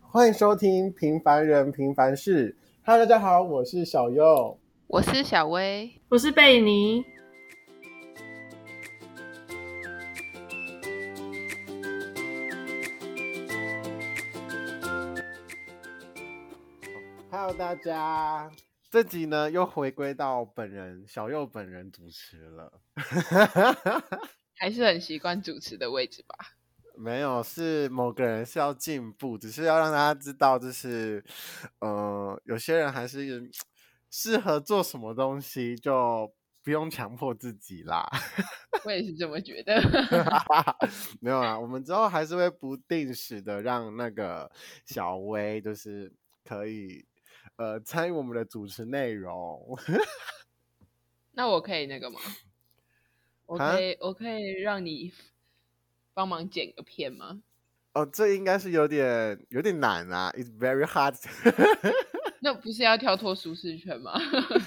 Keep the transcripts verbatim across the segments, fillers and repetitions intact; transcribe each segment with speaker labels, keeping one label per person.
Speaker 1: 欢迎收听《平凡人平凡事》。Hello， 大家好，我是小佑，
Speaker 2: 我是小薇，
Speaker 3: 我是贝尼。
Speaker 1: Hello， 大家，这集呢又回归到本人小佑本人主持了，
Speaker 2: 还是很习惯主持的位置吧？
Speaker 1: 没有，是某个人是要进步，只是要让大家知道，就是呃，有些人还是适合做什么东西，就不用强迫自己啦。
Speaker 2: 我也是这么觉得。
Speaker 1: 没有啦，我们之后还是会不定时的让那个小薇就是可以呃参与我们的主持内容。
Speaker 2: 那我可以那个吗？我可以，我可以让你帮忙剪个片吗？
Speaker 1: 哦，这应该是有点有点难啊 ，It's very hard 。
Speaker 2: 那不是要跳脱舒适圈吗？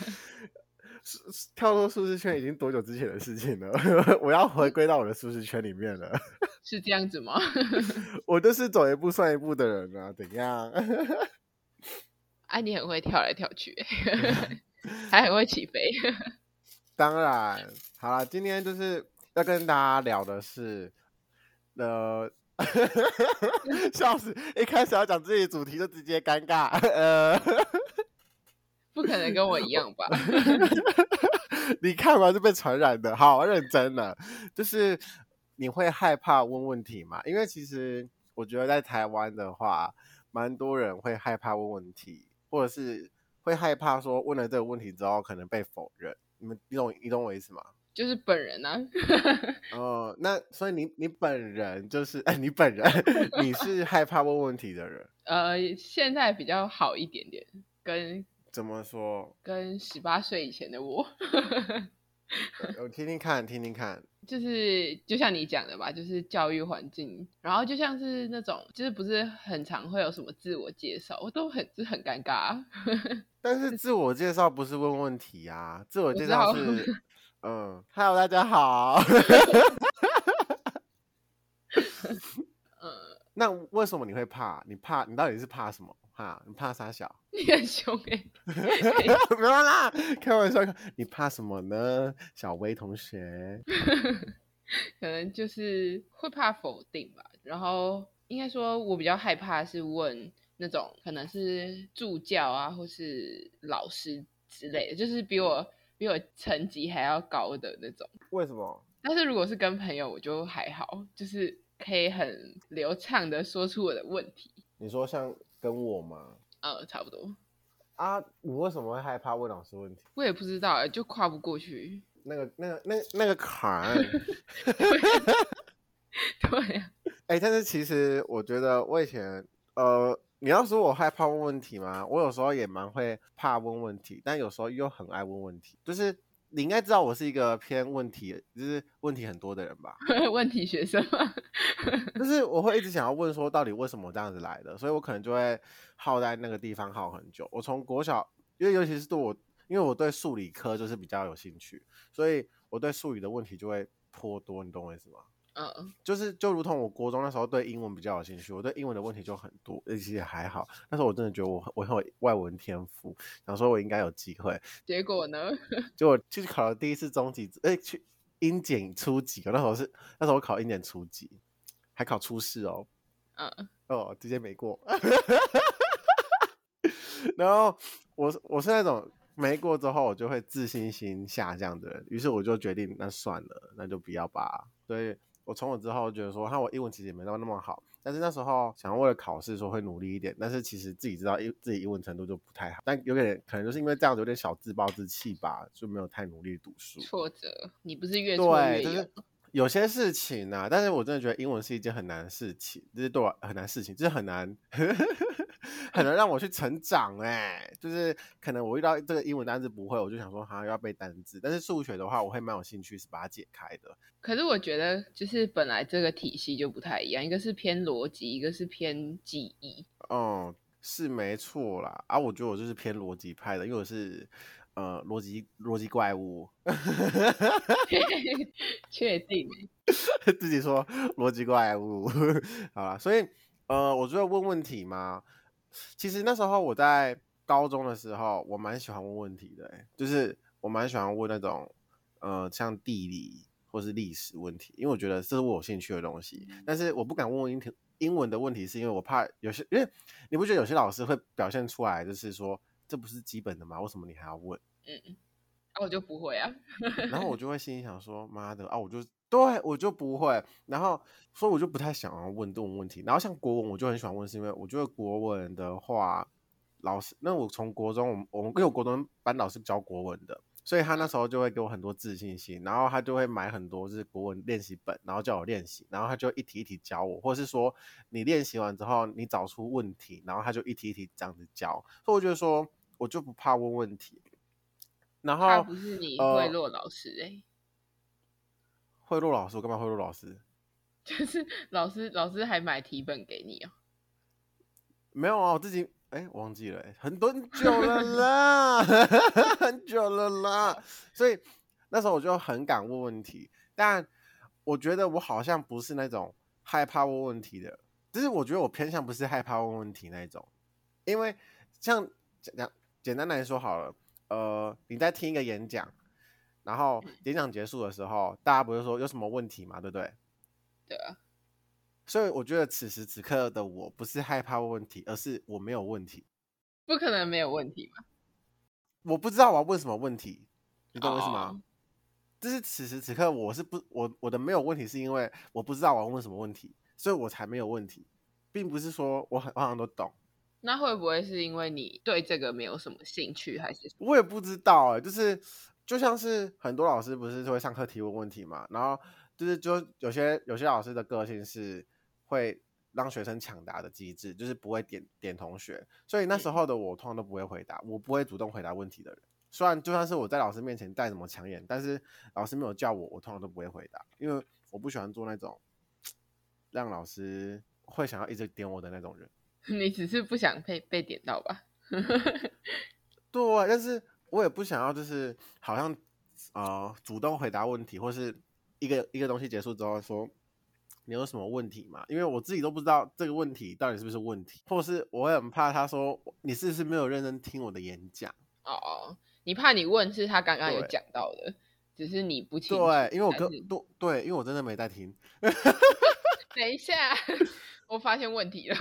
Speaker 1: 跳脱舒适圈已经多久之前的事情了？我要回归到我的舒适圈里面了。
Speaker 2: 是这样子吗？
Speaker 1: 我就是走一步算一步的人啊，怎样？
Speaker 2: 哎、啊，你很会跳来跳去，还很会起飞。
Speaker 1: 当然，好啦，今天就是要跟大家聊的是，呃，笑死！一开始要讲自己主题就直接尴尬，呃，
Speaker 2: 不可能跟我一样吧？
Speaker 1: 你看嘛，是被传染的。好认真的，就是你会害怕问问题吗？因为其实我觉得在台湾的话，蛮多人会害怕问问题，或者是会害怕说问了这个问题之后可能被否认。你们你懂你懂我意思吗？
Speaker 2: 就是本人啊。
Speaker 1: 哦，那所以你你本人就是哎，你本人你是害怕问问题的人？
Speaker 2: 呃，现在比较好一点点，跟
Speaker 1: 怎么说？
Speaker 2: 跟十八岁以前的我。
Speaker 1: 我听听看，听听看。
Speaker 2: 就是就像你讲的吧，就是教育环境，然后就像是那种，就是不是很常会有什么自我介绍，我都很就很尴尬、啊。
Speaker 1: 但是自我介绍不是问问题啊，自我介绍是，嗯 ，Hello， 大家好。
Speaker 2: 嗯，
Speaker 1: 那为什么你会怕？你怕你到底是怕什么？哈，你怕啥小？
Speaker 2: 你很凶哎、
Speaker 1: 欸！没有啦，开玩笑。你怕什么呢，小薇同学？
Speaker 2: 可能就是会怕否定吧，然后应该说我比较害怕是问那种可能是助教啊，或是老师之类的，就是比我比我层级还要高的那种。
Speaker 1: 为什么？
Speaker 2: 但是如果是跟朋友，我就还好，就是可以很流畅的说出我的问题。
Speaker 1: 你说像跟我吗？
Speaker 2: 呃，差不多。
Speaker 1: 啊，你为什么会害怕问老师问题？
Speaker 2: 我也不知道，就跨不过去。
Speaker 1: 那个、那个、那那个坎。
Speaker 2: 对啊。
Speaker 1: 哎、欸，但是其实我觉得我以前，呃，你要说我害怕问问题吗？我有时候也蛮会怕问问题，但有时候又很爱问问题。就是你应该知道我是一个偏问题，就是问题很多的人吧？
Speaker 2: 问题学生吗？
Speaker 1: 就是我会一直想要问说，到底为什么这样子来的？所以我可能就会耗在那个地方耗很久。我从国小，因为尤其是对我，因为我对数理科就是比较有兴趣，所以我对数理的问题就会颇多，你懂我意思吗？
Speaker 2: 嗯，
Speaker 1: 就是就如同我国中那时候对英文比较有兴趣，我对英文的问题就很多，其实也还好。那时候我真的觉得我我很有外文天赋，想说我应该有机会。结
Speaker 2: 果呢？
Speaker 1: 结果去考了第一次中级，哎、欸，去英检初级，那时候是那时候我考英检初级，还考初试哦。
Speaker 2: 嗯，
Speaker 1: 哦，直接没过。然后我我是那种没过之后我就会自信心下降的人，于是我就决定那算了，那就不要吧。所以我从我之后觉得说，我英文其实也没那么好，但是那时候想为了考试说会努力一点，但是其实自己知道自己英文程度就不太好，但有点可能就是因为这样子有点小自暴自弃吧，就没有太努力读书。
Speaker 2: 挫折，你不是越挫越勇？
Speaker 1: 对，就是有些事情啊，但是我真的觉得英文是一件很难的事情，就是对我很难事情，就是很难很难让我去成长哎、欸，就是可能我遇到这个英文单字不会，我就想说好像要背单字，但是数学的话我会蛮有兴趣是把它解开的。
Speaker 2: 可是我觉得就是本来这个体系就不太一样，一个是偏逻辑，一个是偏记忆。
Speaker 1: 嗯，是没错啦，啊，我觉得我就是偏逻辑派的，因为我是呃逻辑逻辑怪物。
Speaker 2: 确定？
Speaker 1: 自己说逻辑怪物。好啦，所以呃，我觉得问问题嘛，其实那时候我在高中的时候，我蛮喜欢问问题的、欸，就是我蛮喜欢问那种呃像地理或是历史问题，因为我觉得这是我有兴趣的东西。但是我不敢问英英文的问题，是因为我怕有些，因为你不觉得有些老师会表现出来，就是说这不是基本的吗？为什么你还要问？
Speaker 2: 嗯，啊，我就不会啊。
Speaker 1: 然后我就会心里想说，妈的啊，我就对我就不会，然后所以我就不太想要问这种问题。然后像国文，我就很喜欢问，是因为我觉得国文的话，老师，那我从国中，我们我们因为我国中班导师教国文的，所以他那时候就会给我很多自信心，然后他就会买很多就是国文练习本，然后叫我练习，然后他就一题一题教我，或者是说你练习完之后你找出问题，然后他就一题一题这样子教，所以我觉得说我就不怕问问题。然后
Speaker 2: 他不是你贿
Speaker 1: 呃，
Speaker 2: 赂老师哎、欸，
Speaker 1: 贿赂老师，我干嘛贿赂老师？
Speaker 2: 就是老师老师还买题本给你哦、
Speaker 1: 没有啊，我自己哎忘记了、欸，很多很久了啦，很久了啦，
Speaker 2: 好，
Speaker 1: 所以那时候我就很敢问问题，但我觉得我好像不是那种害怕问问题的，就是我觉得我偏向不是害怕问问题那一种，因为像讲简单来说好了，呃，你在听一个演讲，然后演讲结束的时候，大家不是说有什么问题嘛，对不对？
Speaker 2: 对啊，
Speaker 1: 所以我觉得此时此刻的我不是害怕问问题，而是我没有问题。
Speaker 2: 不可能没有问题嘛。
Speaker 1: 我不知道我要问什么问题，你懂我意思吗？
Speaker 2: 哦，
Speaker 1: 就是此时此刻我是不我我的没有问题，是因为我不知道我要问什么问题，所以我才没有问题，并不是说我很我好像都懂，
Speaker 2: 那会不会是因为你对这个没有什么兴趣，还是什么？
Speaker 1: 我也不知道哎、欸，就是就像是很多老师不是会上课提问问题嘛，然后就是就有些有些老师的个性是会让学生抢答的机制，就是不会点点同学，所以那时候的我通常都不会回答，我不会主动回答问题的人。虽然就算是我在老师面前再怎么抢眼，但是老师没有叫我，我通常都不会回答，因为我不喜欢做那种让老师会想要一直点我的那种人。
Speaker 2: 你只是不想被被点到吧？
Speaker 1: 对，但是我也不想要，就是好像呃主动回答问题，或是一个一个东西结束之后说你有什么问题吗？因为我自己都不知道这个问题到底是不是问题，或是我会很怕他说你是不是没有认真听我的演讲。
Speaker 2: 哦，你怕你问是他刚刚有
Speaker 1: 对
Speaker 2: 讲到的，只是你不清楚，
Speaker 1: 对，因为我跟
Speaker 2: 还是
Speaker 1: 对对，因为我真的没在听。
Speaker 2: 等一下，我发现问题了。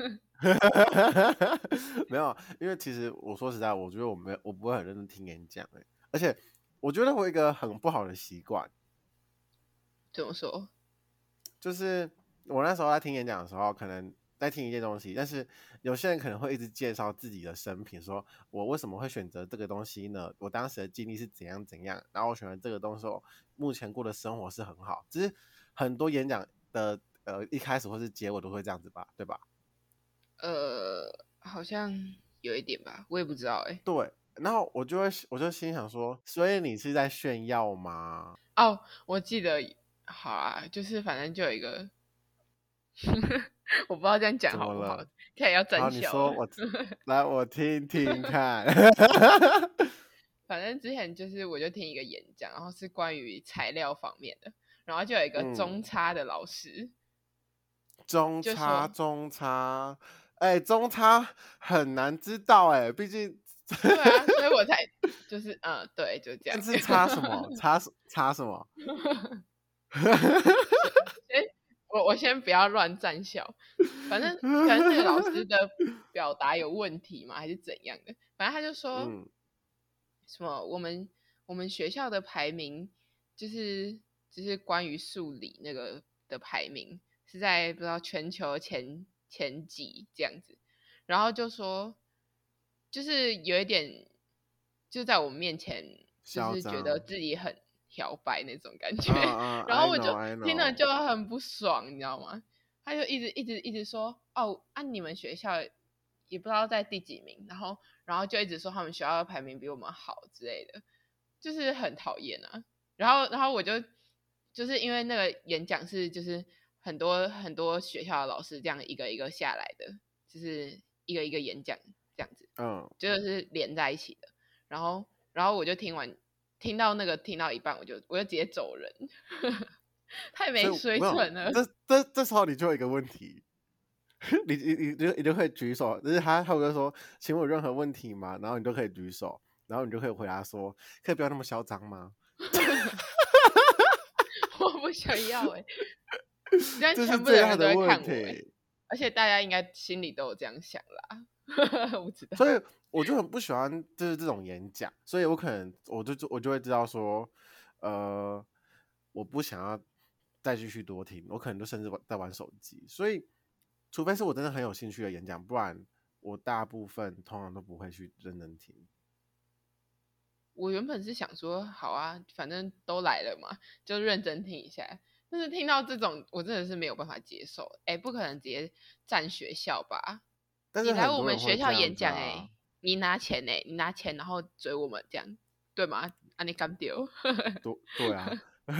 Speaker 1: 没有，因为其实我说实在，我觉得我没有，我不会很认真听演讲、欸，而且我觉得我有一个很不好的习惯，
Speaker 2: 怎么说？
Speaker 1: 就是我那时候在听演讲的时候，可能在听一件东西，但是有些人可能会一直介绍自己的生平，说我为什么会选择这个东西呢？我当时的经历是怎样怎样，然后我选择这个东西后，目前过的生活是很好。只是很多演讲的呃一开始或是结尾都会这样子吧，对吧？
Speaker 2: 呃，好像有一点吧，我也不知道哎、欸。
Speaker 1: 对，然后我就会我就心想说，所以你是在炫耀吗？
Speaker 2: 哦，我记得，好啊，就是反正就有一个，我不知道这样讲好不好，
Speaker 1: 怎么了？
Speaker 2: 开始要
Speaker 1: 好，
Speaker 2: 站笑了。
Speaker 1: 你说我来，我听听看。
Speaker 2: 反正之前就是我就听一个演讲，然后是关于材料方面的，然后就有一个
Speaker 1: 嗯，
Speaker 2: 中差的老师
Speaker 1: 中
Speaker 2: 就说，
Speaker 1: 差中差，哎、欸，中差很难知道哎、欸，毕竟。
Speaker 2: 对啊，所以我才就是嗯，对，就这样。
Speaker 1: 但是差什么？差差什么？
Speaker 2: 先我我先不要乱站笑，反正可能那个老师的表达有问题嘛，还是怎样的？反正他就说、
Speaker 1: 嗯，
Speaker 2: 什么我们我们学校的排名就是就是关于数理那个的排名是在不知道全球前前几这样子，然后就说就是有一点就在我们面前就
Speaker 1: 嚣
Speaker 2: 是觉得
Speaker 1: 张。
Speaker 2: 自己很摇摆那种感觉，
Speaker 1: 嗯嗯，I
Speaker 2: 然后我就
Speaker 1: know I
Speaker 2: 听了
Speaker 1: know。
Speaker 2: 就很不爽，你知道吗？他就一直一直一直说，哦，啊你们学校也不知道在第几名，然后然后就一直说他们学校的排名比我们好之类的，就是很讨厌啊。然后然后我就就是因为那个演讲是就是很多很多学校的老师这样一个一个下来的，就是一个一个演讲这样子，
Speaker 1: 嗯，
Speaker 2: 就是连在一起的。然后然后我就听完听到那个听到一半，我就我就直接走人。太没水
Speaker 1: 没有
Speaker 2: 准了。
Speaker 1: 这这这时候你就有一个问题， 你你你就你就可以举手，就是他他会说，请问有任何问题吗？然后你就可以举手，然后你就可以回答说，可以不要那么嚣张吗？
Speaker 2: 我不想要哎、欸，这样
Speaker 1: 这是
Speaker 2: 全部的
Speaker 1: 最大的
Speaker 2: 人都会看
Speaker 1: 问
Speaker 2: 我哎、欸，
Speaker 1: 题。
Speaker 2: 而且大家应该心里都有这样想啦。我不知道，
Speaker 1: 所以我就很不喜欢就是这种演讲，所以我可能我就我就会知道说，呃，我不想要再继续多听，我可能就甚至在玩手机。所以，除非是我真的很有兴趣的演讲，不然我大部分通常都不会去认真听。
Speaker 2: 我原本是想说，好啊，反正都来了嘛，就认真听一下。但是听到这种，我真的是没有办法接受。哎，不可能直接占学校吧？
Speaker 1: 但是
Speaker 2: 你来我
Speaker 1: 很多人会
Speaker 2: 们学校
Speaker 1: 这样子
Speaker 2: 演讲，
Speaker 1: 啊，
Speaker 2: 哎，你拿钱哎，你拿钱然后追我们这样，对吗？啊，你敢丢？
Speaker 1: 对对啊。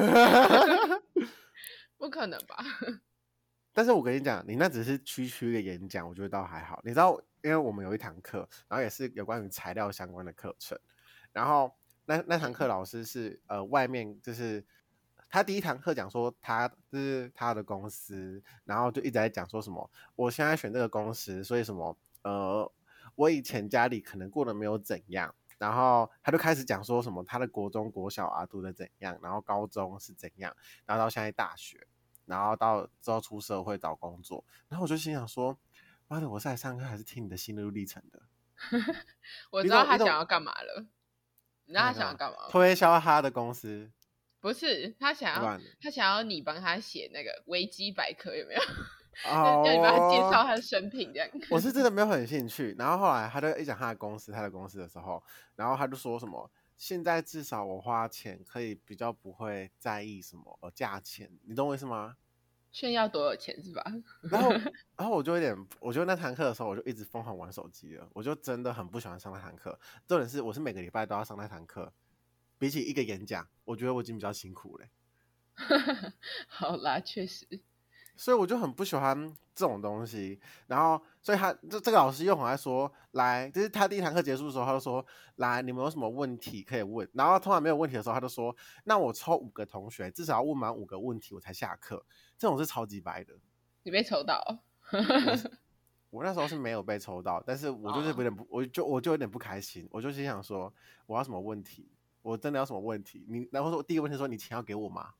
Speaker 2: 不可能吧？
Speaker 1: 但是我跟你讲，你那只是区区的演讲，我觉得倒还好。你知道，因为我们有一堂课，然后也是有关于材料相关的课程，然后那那堂课老师是呃外面就是他第一堂课讲说他就是他的公司，然后就一直在讲说什么我现在选这个公司，所以什么呃我以前家里可能过得没有怎样。然后他就开始讲说什么他的国中国小啊读的怎样，然后高中是怎样，然后到现在大学，然后到之后出社会找工作，然后我就心想说，妈的，我是来上课还是听你的心路历程的？
Speaker 2: 我
Speaker 1: 你
Speaker 2: 知道他想
Speaker 1: 懂你懂
Speaker 2: 要干嘛了。你知道他想要干嘛吗？
Speaker 1: 推销他的公司，
Speaker 2: 不是，他想要
Speaker 1: 不然
Speaker 2: 他想要你帮他写那个维基百科，有没有？
Speaker 1: 哦，
Speaker 2: 要你帮他介绍他的生平这样。
Speaker 1: 我是真的没有很兴趣。然后后来他就一讲他的公司，他的公司的时候，然后他就说什么，现在至少我花钱可以比较不会在意什么呃价钱，你懂我意思吗？
Speaker 2: 炫耀多有钱是吧？
Speaker 1: 然后，然后我就有点，我觉得那堂课的时候，我就一直疯狂玩手机了，我就真的很不喜欢上那堂课。重点是，我是每个礼拜都要上那堂课，比起一个演讲，我觉得我已经比较辛苦了。
Speaker 2: 好啦，确实。
Speaker 1: 所以我就很不喜欢这种东西。然后，所以他这这个老师又很爱说，来，就是他第一堂课结束的时候，他就说，来，你们有什么问题可以问。然后通常没有问题的时候，他就说，那我抽五个同学，至少要问满五个问题，我才下课。这种是超级白的。
Speaker 2: 你被抽到？
Speaker 1: 我我那时候是没有被抽到，但是我就是有点不，
Speaker 2: 哦、
Speaker 1: 我就我就有点不开心，我就心想说，我要什么问题？我真的要什么问题？你然后说第一个问题说，你钱要给我吗？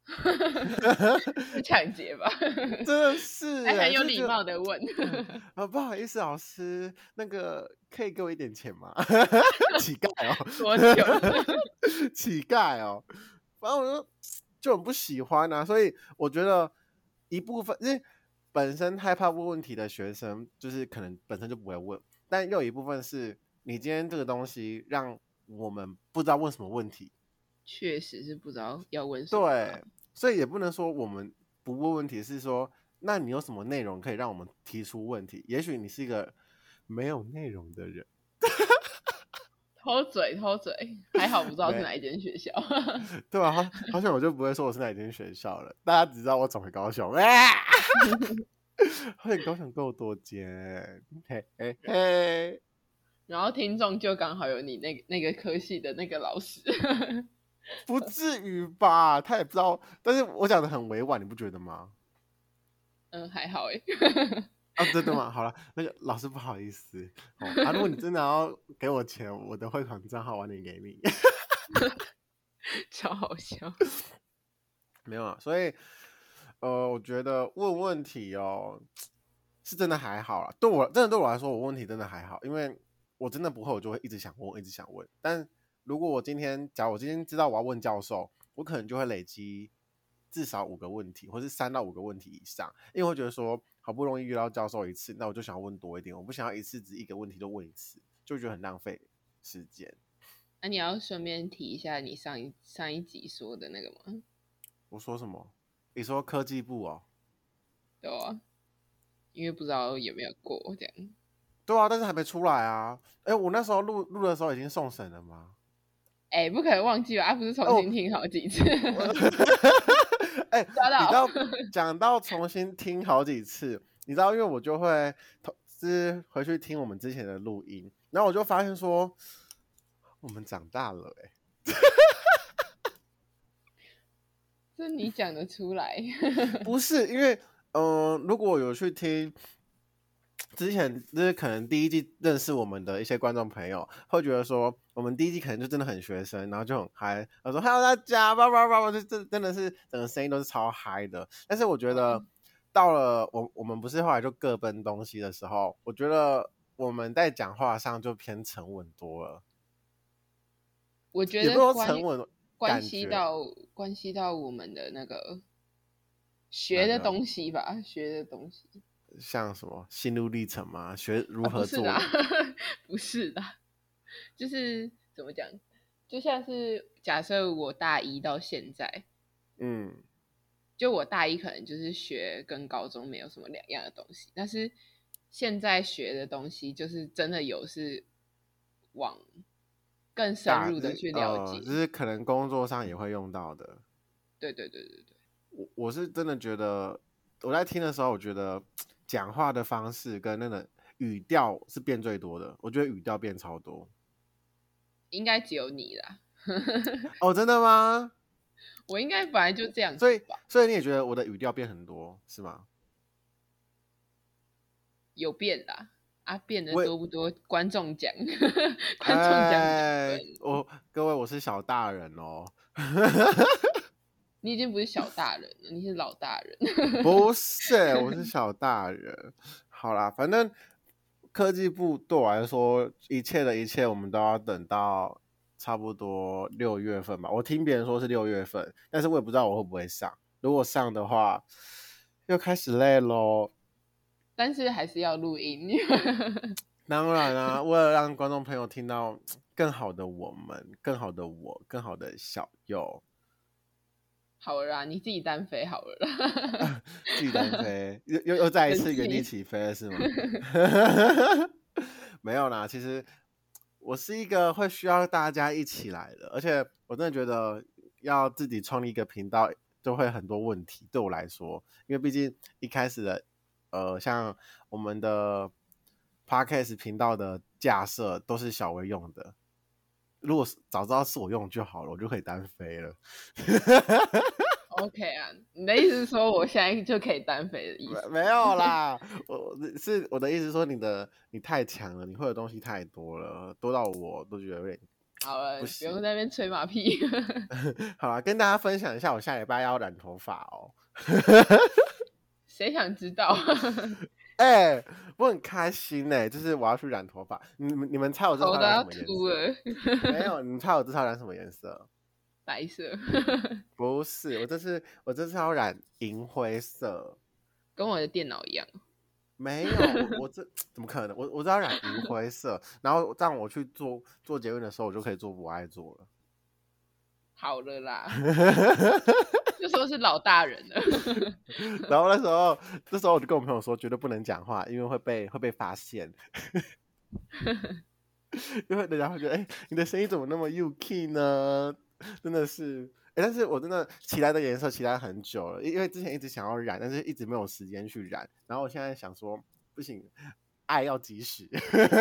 Speaker 2: 是抢劫吧？
Speaker 1: 真的是，
Speaker 2: 还很有礼貌的问。
Speaker 1: 啊，不好意思，老师，那个可以给我一点钱吗？乞丐哦，
Speaker 2: 多久？
Speaker 1: 乞丐哦，反正我就就很不喜欢啊，所以我觉得一部分因为本身害怕问问题的学生，就是可能本身就不会问，但又有一部分是你今天这个东西让我们不知道问什么问题，
Speaker 2: 确实是不知道要问什么。
Speaker 1: 对，所以也不能说我们不问问题，是说那你有什么内容可以让我们提出问题？也许你是一个没有内容的人。
Speaker 2: 偷嘴偷嘴，还好不知道是哪一间学校。
Speaker 1: 对啊，好好像我就不会说我是哪一间学校了，大家只知道我总回高雄。哎，好像高雄够多间，嘿嘿嘿。
Speaker 2: 然后听众就刚好有你那个那个科系的那个老师。
Speaker 1: 不至于吧？他也不知道，但是我讲的很委婉，你不觉得吗？
Speaker 2: 嗯，还好哎。
Speaker 1: 啊，真的吗？好了，那个老师不好意思哦。啊，如果你真的要给我钱，我的汇款账号晚点给你。
Speaker 2: 超好笑。
Speaker 1: 没有啊，所以呃，我觉得问问题哦，是真的还好啦。对我真的对我来说，我问题真的还好，因为我真的不会，我就会一直想问，一直想问。但如果我今天，假如我今天知道我要问教授，我可能就会累积至少五个问题，或是三到五个问题以上，因为我觉得说好不容易遇到教授一次，那我就想要问多一点，我不想要一次只一个问题就问一次，就觉得很浪费时间。
Speaker 2: 那、啊、你要顺便提一下你上一上一集说的那个吗？
Speaker 1: 我说什么？你说科技部哦？
Speaker 2: 对啊，因为不知道有没有过这样。
Speaker 1: 对啊，但是还没出来啊。哎，我那时候录录的时候已经送审了吗？
Speaker 2: 哎，不可能忘记吧？啊，不是重新听好几次。
Speaker 1: 哎、
Speaker 2: 抓到。
Speaker 1: 你知道讲到重新听好几次，你知道，因为我就会是回去听我们之前的录音，然后我就发现说，我们长大了哎、欸。
Speaker 2: 这你讲得出来？
Speaker 1: 不是因为，嗯、呃，如果有去听之前就是可能第一季认识我们的一些观众朋友，会觉得说我们第一季可能就真的很学生，然后就很嗨，他说 “Hello 大家”，叭叭叭叭，就真真的是整个声音都是超嗨的。但是我觉得到了我我们不是后来就各奔东西的时候，我觉得我们在讲话上就偏沉稳多了。
Speaker 2: 我觉
Speaker 1: 也不是说
Speaker 2: 得关
Speaker 1: 沉稳，
Speaker 2: 关系到关系到我们的那个学的东西吧，学的东西。
Speaker 1: 像什么心路历程吗？学如何做人？
Speaker 2: 啊、不是啦，不是啦，就是怎么讲？就像是假设我大一到现在，嗯，就我大一可能就是学跟高中没有什么两样的东西，但是现在学的东西就是真的有是往更深入的去了解，
Speaker 1: 呃，就是可能工作上也会用到的。
Speaker 2: 对对对对对，
Speaker 1: 我我是真的觉得我在听的时候，我觉得讲话的方式跟那个语调是变最多的。我觉得语调变超多，
Speaker 2: 应该只有你啦。
Speaker 1: 哦，真的吗？
Speaker 2: 我应该本来就这样子吧，
Speaker 1: 所以所以你也觉得我的语调变很多是吗？
Speaker 2: 有变啦。啊，变得多不多？观众讲，观众讲
Speaker 1: 哎，我各位，我是小大人哦。
Speaker 2: 你已经不是小大人了，你是老大人。
Speaker 1: 不是，我是小大人。好啦，反正科技部对我来说，一切的一切，我们都要等到差不多六月份吧。我听别人说是六月份，但是我也不知道我会不会上。如果上的话，又开始累咯。
Speaker 2: 但是还是要录音。
Speaker 1: 当然啊，为了让观众朋友听到更好的我们，更好的我，更好的小佑。
Speaker 2: 好了啦，你自己单飞好了啦。
Speaker 1: 自己单飞，又又又再一次原地起飞了是吗？没有啦，其实我是一个会需要大家一起来的，而且我真的觉得要自己创立一个频道就会很多问题，对我来说，因为毕竟一开始的呃，像我们的 Podcast 频道的架设都是小薇用的，如果早知道是我用就好了，我就可以单飞了。
Speaker 2: OK 啊，你的意思是说我现在就可以单飞的意思？
Speaker 1: 没有啦，我是我的意思是说你的你太强了，你会的东西太多了，多到我都觉得有点
Speaker 2: 好了，不, 不用在那边吹马屁。
Speaker 1: 好啦，跟大家分享一下，我下礼拜要染头发哦。
Speaker 2: 谁想知道？
Speaker 1: 哎、欸，我很开心哎、欸，就是我要去染头发。你们你们猜我这套染什么颜色？没有，你们猜我这套染什么颜色？
Speaker 2: 白色。
Speaker 1: 不是，我这次我这次要染银灰色，
Speaker 2: 跟我的电脑一样。
Speaker 1: 没有，我我这怎么可能？我我只要染银灰色，然后这样我去做做捷运的时候，我就可以做不爱做了。
Speaker 2: 好了啦，就说是老大人了。
Speaker 1: 然后那时候那时候我就跟我朋友说，绝对不能讲话，因为会被会被发现。因为人家会觉得，哎、欸，你的声音怎么那么 U K 呢？真的是，哎、欸，但是我真的期待的颜色期待很久了，因为之前一直想要染，但是一直没有时间去染。然后我现在想说，不行，爱要及时。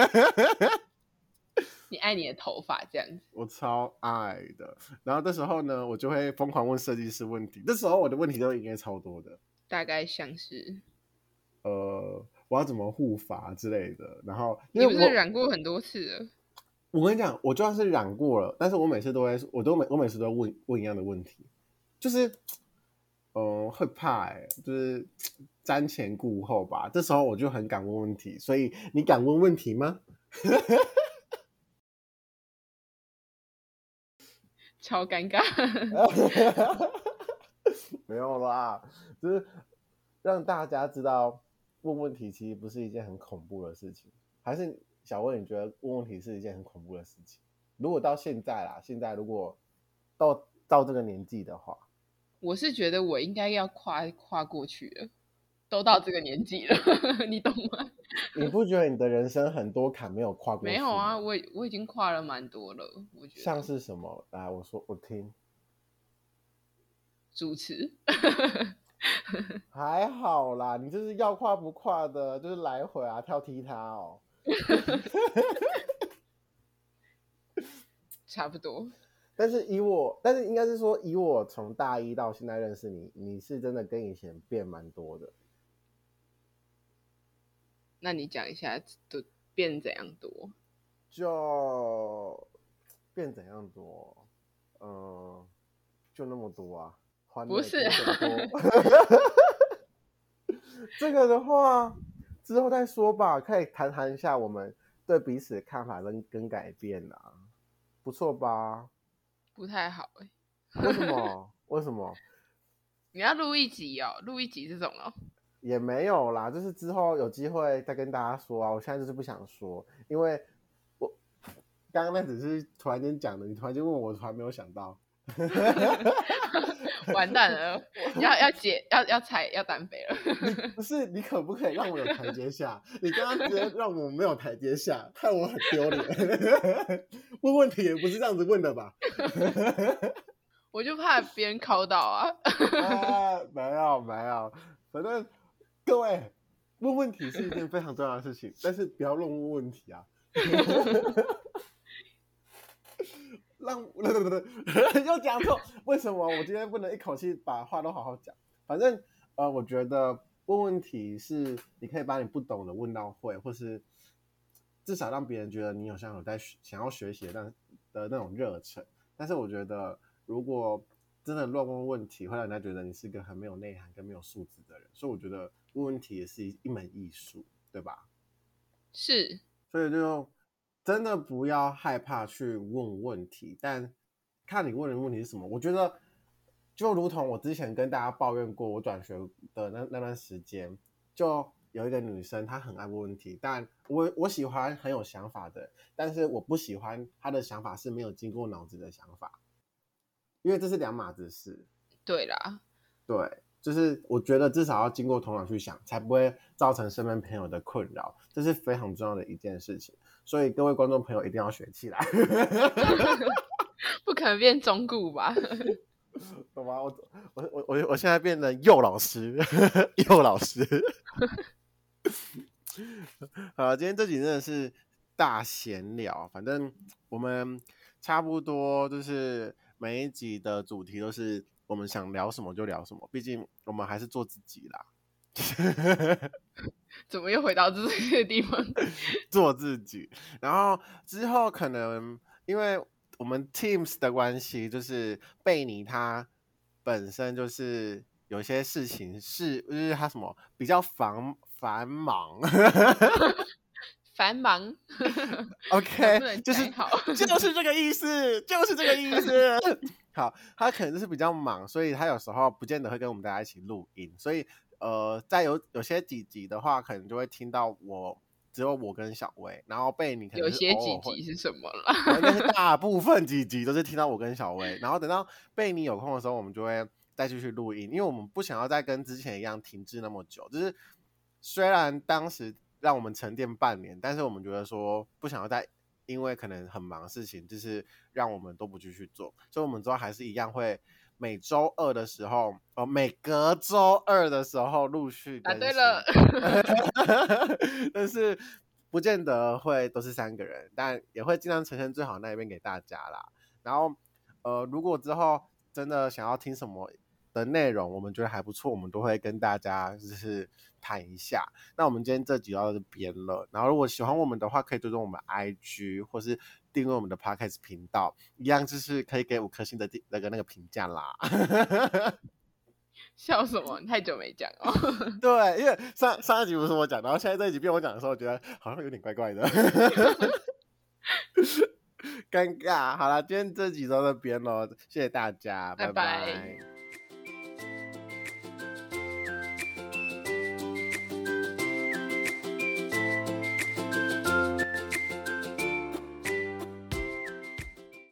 Speaker 2: 你爱你的头发这样子，
Speaker 1: 我超爱的。然后这时候呢，我就会疯狂问设计师问题。这时候我的问题都应该超多的，
Speaker 2: 大概像是，
Speaker 1: 呃，我要怎么护发之类的。然后
Speaker 2: 因为你不是染过很多次了？
Speaker 1: 我跟你讲，我就算是染过了，但是我每次都会，我都每我每次都问问一样的问题，就是，呃，会怕哎、欸，就是瞻前顾后吧。这时候我就很敢问问题，所以你敢问问题吗？
Speaker 2: 超尴尬。
Speaker 1: 没有啦，就是让大家知道问问题其实不是一件很恐怖的事情。还是小魏，你觉得问问题是一件很恐怖的事情？如果到现在啦，现在如果到到这个年纪的话，
Speaker 2: 我是觉得我应该要跨跨过去了，都到这个年纪了。你懂吗？
Speaker 1: 你不觉得你的人生很多坎没有跨过去？
Speaker 2: 没有啊，我我已经跨了蛮多了，我觉得。
Speaker 1: 像是什么？来，我说我听。
Speaker 2: 主持。
Speaker 1: 还好啦，你就是要跨不跨的，就是来回啊，跳踢踏哦。
Speaker 2: 差不多。
Speaker 1: 但是以我，但是应该是说，以我从大一到现在认识你，你是真的跟以前变蛮多的。
Speaker 2: 那你讲一下都变怎样多？
Speaker 1: 就变怎样多？嗯、呃，就那么多啊，欢乐
Speaker 2: 不是、啊、
Speaker 1: 多。这个的话之后再说吧，可以谈谈一下我们对彼此的看法跟跟改变啊，不错吧？
Speaker 2: 不太好哎、
Speaker 1: 欸，为什么？为什么？
Speaker 2: 你要录一集哦，录一集这种哦。
Speaker 1: 也没有啦，就是之后有机会再跟大家说啊。我现在就是不想说，因为我刚刚那只是突然间讲的，你突然间问我，我突然没有想到。
Speaker 2: 完蛋了，要要解要要踩要单飞了。
Speaker 1: 你不是你可不可以让我有台阶下？你刚刚直接让我没有台阶下，害我很丢脸。问问题也不是这样子问的吧？
Speaker 2: 我就怕别人考到啊。
Speaker 1: 啊，没有没有，反正各位问问题是一件非常重要的事情，但是不要乱问问题啊。让又讲错，为什么我今天不能一口气把话都好好讲？反正呃，我觉得问问题是你可以把你不懂的问到会，或是至少让别人觉得你好像有在想要学习的的那种热忱。但是我觉得如果真的乱问问题，会让人家觉得你是一个很没有内涵跟没有素质的人。所以我觉得问问题也是一门艺术，对吧？
Speaker 2: 是，
Speaker 1: 所以就真的不要害怕去问问题，但看你问的问题是什么。我觉得就如同我之前跟大家抱怨过，我转学的 那, 那段时间，就有一个女生她很爱问问题，但我我喜欢很有想法的，但是我不喜欢她的想法是没有经过脑子的想法，因为这是两码子事。
Speaker 2: 对啦，
Speaker 1: 对，就是我觉得至少要经过头脑去想，才不会造成身边朋友的困扰，这是非常重要的一件事情。所以各位观众朋友一定要学起来。
Speaker 2: 不可能变中顾吧？
Speaker 1: 懂吗？我我我我我现在变成幼老师，幼老师。好，今天这集真的是大闲聊，反正我们差不多就是每一集的主题都是我们想聊什么就聊什么，毕竟我们还是做自己啦。
Speaker 2: 怎么又回到这个地方？
Speaker 1: 做自己，然后之后可能因为我们 Teams 的关系，就是贝尼他本身就是有些事情是，就是他什么比较繁繁忙。
Speaker 2: 繁忙。
Speaker 1: OK， 就是就是这个意思，就是这个意思。好，他可能就是比较忙，所以他有时候不见得会跟我们大家一起录音，所以呃，在有有些几集的话，可能就会听到我只有我跟小薇，然后贝尼可能
Speaker 2: 有些几集是什么啦？
Speaker 1: 应该是大部分几集都是听到我跟小薇，然后等到贝尼有空的时候，我们就会再继续录音，因为我们不想要再跟之前一样停滞那么久。就是虽然当时让我们沉淀半年，但是我们觉得说不想要再因为可能很忙的事情，就是让我们都不继续做，所以我们之后还是一样会每周二的时候，哦，每隔周二的时候陆续更新。
Speaker 2: 答对了。
Speaker 1: 但是不见得会都是三个人，但也会尽量呈现最好那一边给大家啦。然后呃，如果之后真的想要听什么的内容，我们觉得还不错，我们都会跟大家就是谈一下。那我们今天这集到这边了，然后如果喜欢我们的话，可以追踪我们 I G 或是订阅我们的 Podcast 频道，一样就是可以给五颗星的那个那个评价啦。
Speaker 2: 笑什么？你太久没讲哦。
Speaker 1: 对，因为上上一集不是我讲，然后现在这一集变我讲的时候，我觉得好像有点怪怪的。尴尬。好了，今天这集到这边咯，谢谢大家，拜拜。
Speaker 2: 拜拜。